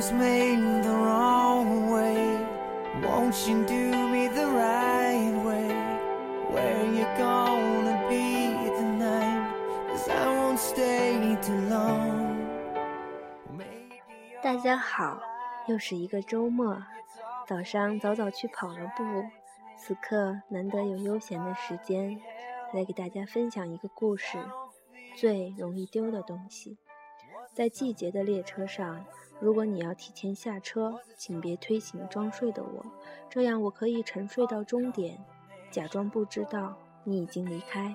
almost made the wrong way. Won't you do me the right way? Where you gonna be tonight? 'Cause I won't stay too long. 大家好，又是一个周末，早上早早去跑了步，此刻难得有悠闲的时间，来给大家分享一个故事，最容易丢的东西。在季节的列车上，如果你要提前下车，请别推醒装睡的我，这样我可以沉睡到终点，假装不知道你已经离开。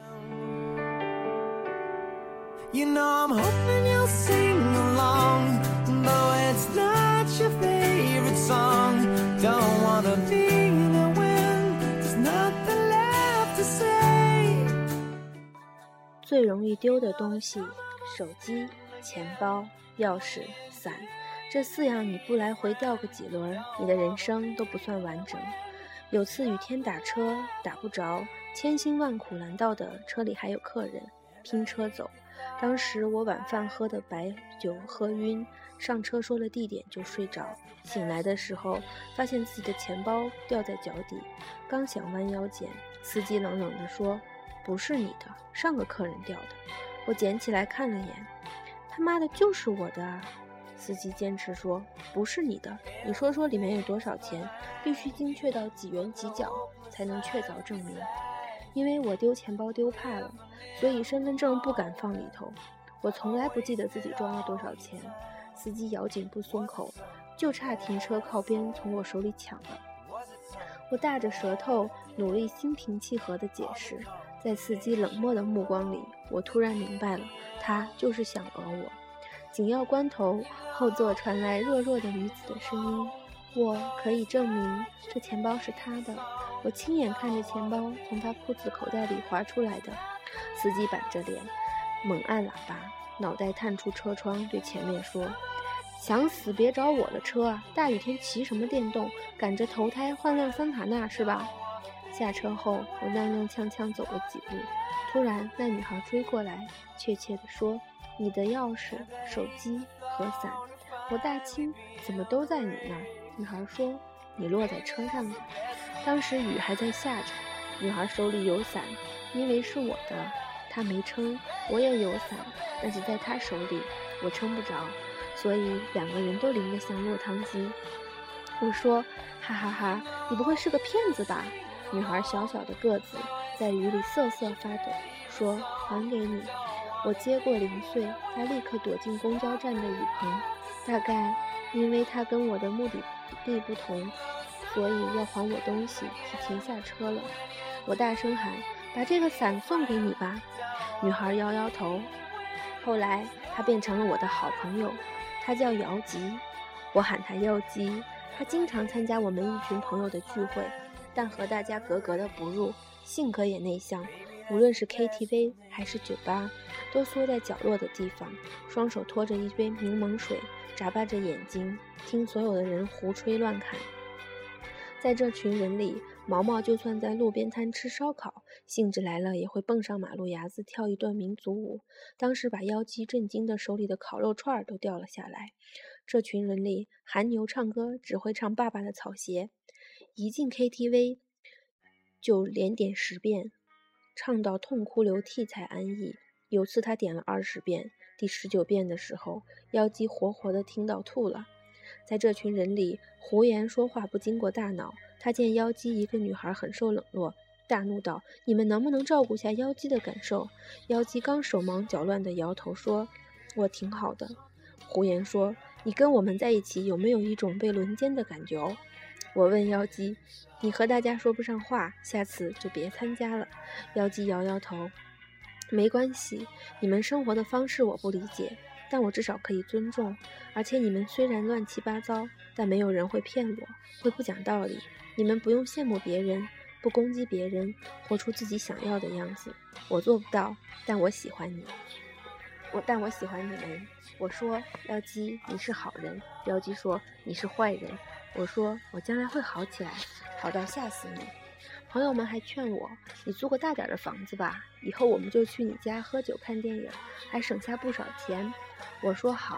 You know I'm hoping you'll sing along, though it's not your favorite song. Don't wanna be there when there's nothing left to say. 最容易丢的东西，手机、钱包、钥匙、伞，这4样你不来回掉个几轮，你的人生都不算完整。有次雨天打车打不着，千辛万苦拦到的车里还有客人，拼车走。当时我晚饭喝的白酒喝晕，上车说了地点就睡着，醒来的时候发现自己的钱包掉在脚底，刚想弯腰捡，司机冷冷地说，不是你的，上个客人掉的。我捡起来看了眼，他妈的就是我的啊！司机坚持说，不是你的，你说说里面有多少钱，必须精确到几元几角才能确凿证明。因为我丢钱包丢怕了，所以身份证不敢放里头。我从来不记得自己装了多少钱。司机咬紧不松口，就差停车靠边从我手里抢了。我大着舌头努力心平气和地解释，在司机冷漠的目光里，我突然明白了，他就是想讹我。紧要关头，后座传来弱弱的女子的声音，我可以证明这钱包是他的，我亲眼看着钱包从他裤子口袋里滑出来的。司机板着脸猛按喇叭，脑袋探出车窗对前面说，想死别找我的车啊，大雨天骑什么电动，赶着投胎换辆桑塔纳是吧？下车后我踉踉跄跄走了几步，突然那女孩追过来，确切地说，你的钥匙、手机和伞。我大惊，怎么都在你那儿？女孩说，你落在车上的。当时雨还在下着，女孩手里有伞，因为是我的，她没撑，我也有伞，但是在她手里我撑不着，所以2个人都淋得像落汤鸡。我说，哈哈哈，你不会是个骗子吧？女孩小小的个子在雨里瑟瑟发抖，说，还给你。我接过零碎，她立刻躲进公交站的雨棚，大概因为她跟我的目的地不同，所以要还我东西，提前下车了。我大声喊，把这个伞送给你吧。女孩摇摇头。后来她变成了我的好朋友，她叫姚吉，我喊她妖姬。她经常参加我们一群朋友的聚会，但和大家格格的不入，性格也内向，无论是 KTV 还是酒吧，都缩在角落的地方，双手托着一杯柠檬水，眨巴着眼睛，听所有的人胡吹乱侃。在这群人里，毛毛就算在路边摊吃烧烤，兴致来了也会蹦上马路牙子跳一段民族舞，当时把妖姬震惊的手里的烤肉串都掉了下来。这群人里，韩牛唱歌只会唱爸爸的草鞋，一进 KTV 就连点10遍，唱到痛哭流涕才安逸。有次他点了20遍，第19遍的时候，妖姬活活的听到吐了。在这群人里，胡言说话不经过大脑，他见妖姬一个女孩很受冷落，大怒道，你们能不能照顾下妖姬的感受？妖姬刚手忙脚乱地摇头说，我挺好的。胡言说，你跟我们在一起有没有一种被轮奸的感觉哦？我问妖姬，你和大家说不上话，下次就别参加了。妖姬摇摇头，没关系，你们生活的方式我不理解，但我至少可以尊重，而且你们虽然乱七八糟，但没有人会骗我，会不讲道理。你们不用羡慕别人，不攻击别人，活出自己想要的样子。我做不到，但我喜欢你。但我喜欢你们。我说，妖姬，你是好人。妖姬说，你是坏人。我说，我将来会好起来，好到吓死你。朋友们还劝我，你租个大点的房子吧，以后我们就去你家喝酒看电影，还省下不少钱。我说好，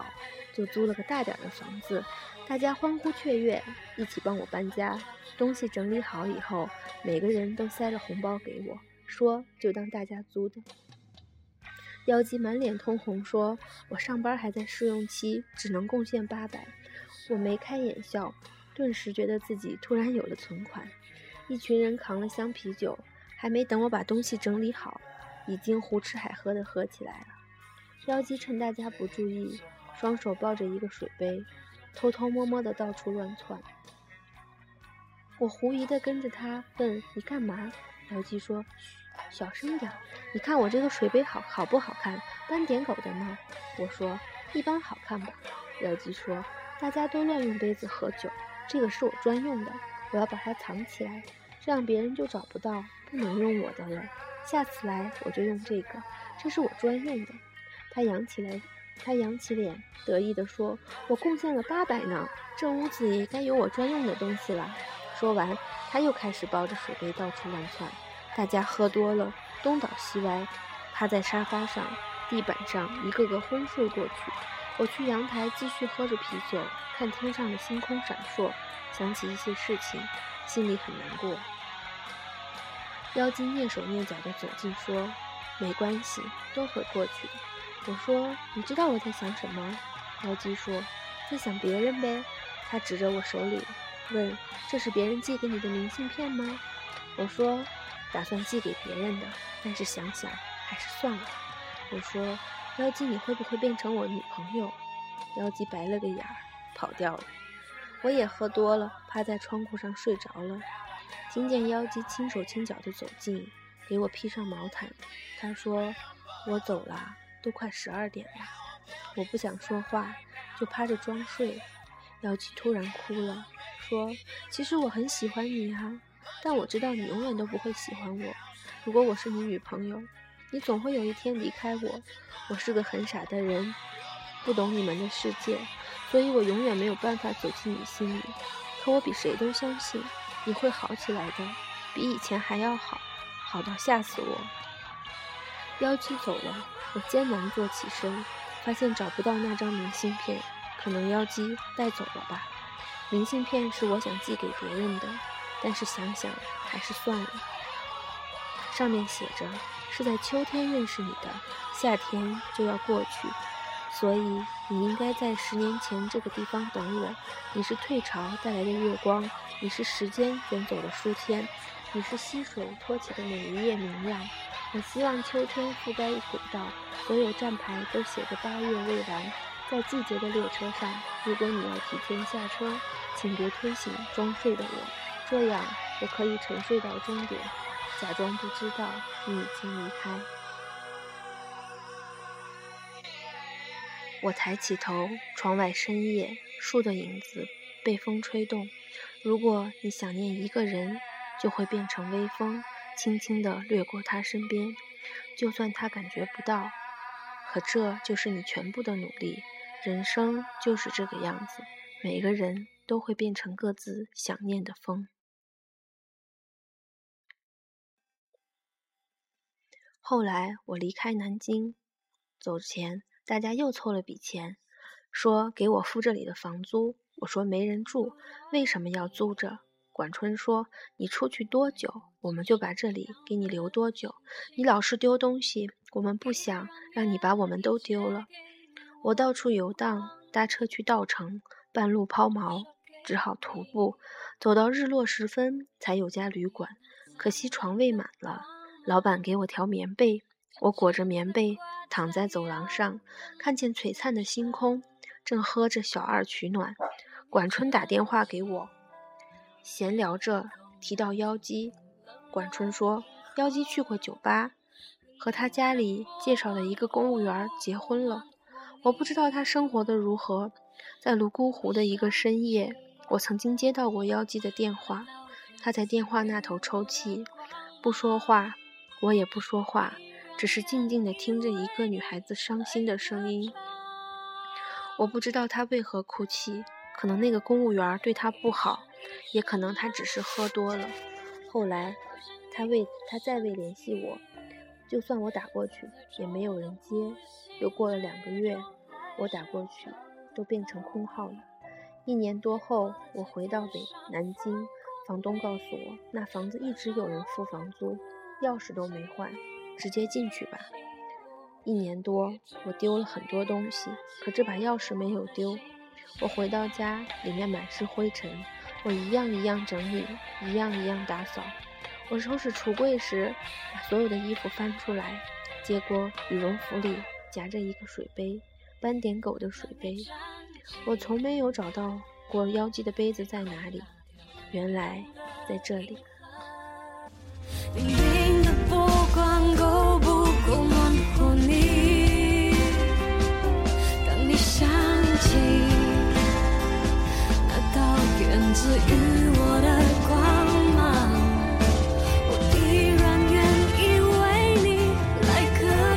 就租了个大点的房子，大家欢呼雀跃，一起帮我搬家。东西整理好以后，每个人都塞了红包给我，说就当大家租的。妖姬满脸通红说，我上班还在试用期，只能贡献800。我眉开眼笑，顿时觉得自己突然有了存款。一群人扛了箱啤酒，还没等我把东西整理好，已经胡吃海喝地喝起来了。妖姬趁大家不注意，双手抱着一个水杯，偷偷摸摸地到处乱窜。我狐疑地跟着他问，你干嘛？妖姬说，嘘，小声点，你看我这个水杯好不好看？斑点狗的呢？我说，一般好看吧。妖姬说，大家都乱用杯子喝酒，这个是我专用的，我要把它藏起来，这样别人就找不到，不能用我的了。下次来我就用这个，这是我专用的。他扬起脸，得意地说，我贡献了800呢，这屋子里该有我专用的东西了。说完，他又开始抱着水杯到处乱窜。大家喝多了，东倒西歪，趴在沙发上、地板上，一个个昏睡过去。我去阳台继续喝着啤酒，看天上的星空闪烁，想起一些事情，心里很难过。妖姬蹑手蹑脚地走近说，没关系，都会过去的。我说，你知道我在想什么？妖姬说，在想别人呗。他指着我手里问，这是别人寄给你的明信片吗？我说，打算寄给别人的，但是想想还是算了。我说，妖姬你会不会变成我女朋友？妖姬白了个眼儿，跑掉了。我也喝多了，趴在窗户上睡着了。听见妖姬轻手轻脚地走近，给我披上毛毯。她说，我走了，都快12点了。我不想说话，就趴着装睡。妖姬突然哭了，说，其实我很喜欢你啊，但我知道你永远都不会喜欢我。如果我是你女朋友，你总会有一天离开我。我是个很傻的人，不懂你们的世界，所以我永远没有办法走进你心里。可我比谁都相信你会好起来的，比以前还要好，好到吓死我。妖姬走了，我艰难坐起身，发现找不到那张明信片，可能妖姬带走了吧。明信片是我想寄给别人的，但是想想还是算了。上面写着，是在秋天认识你的，夏天就要过去，所以你应该在10年前这个地方等我。你是退潮带来的月光，你是时间卷走的书签，你是溪水托起的每一页明亮。我希望秋天覆盖轨道，所有站牌都写着8月未完。在季节的列车上，如果你要提前下车，请别推醒装睡的我，这样我可以沉睡到终点，假装不知道你已经离开。我抬起头，窗外深夜，树的影子被风吹动。如果你想念一个人，就会变成微风，轻轻地掠过他身边，就算他感觉不到。可这就是你全部的努力，人生就是这个样子，每个人都会变成各自想念的风。后来我离开南京，走前大家又凑了笔钱，说给我付这里的房租。我说没人住，为什么要租着？管春说，你出去多久，我们就把这里给你留多久。你老是丢东西，我们不想让你把我们都丢了。我到处游荡，搭车去稻城，半路抛锚，只好徒步，走到日落时分才有家旅馆，可惜床位满了。老板给我条棉被，我裹着棉被躺在走廊上，看见璀璨的星空，正喝着小二取暖。管春打电话给我，闲聊着提到妖姬。管春说，妖姬去过酒吧，和他家里介绍的一个公务员结婚了。我不知道他生活的如何。在泸沽湖的一个深夜，我曾经接到过妖姬的电话，他在电话那头抽泣，不说话，我也不说话，只是静静地听着一个女孩子伤心的声音。我不知道她为何哭泣，可能那个公务员对她不好，也可能她只是喝多了。后来她再未联系我，就算我打过去也没有人接。又过了2个月，我打过去都变成空号了。1年多后，我回到南京，房东告诉我，那房子一直有人付房租，钥匙都没换，直接进去吧。1年多，我丢了很多东西，可这把钥匙没有丢。我回到家，里面满是灰尘，我一样一样整理，一样一样打扫。我收拾橱柜时，把所有的衣服翻出来，结果羽绒服里夹着一个水杯，斑点狗的水杯。我从没有找到过妖姬的杯子在哪里，原来在这里。 冰冰的波光够不够暖和你？当你想起那道源自于我的光芒，我依然愿意为你来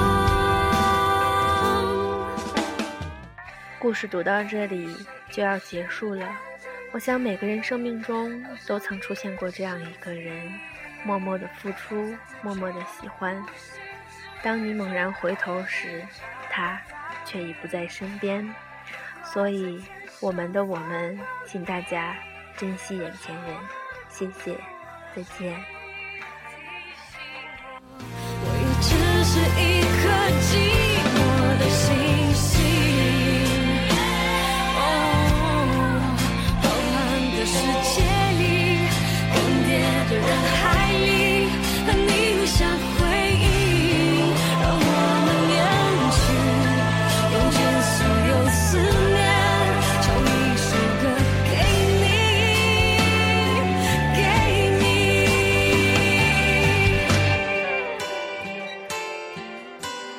歌唱。 故事读到这里就要结束了。我想每个人生命中都曾出现过这样一个人，默默的付出，默默的喜欢。当你猛然回头时，他却已不在身边。所以我们，请大家珍惜眼前人。谢谢，再见。 我也只是一颗寂寞的星星。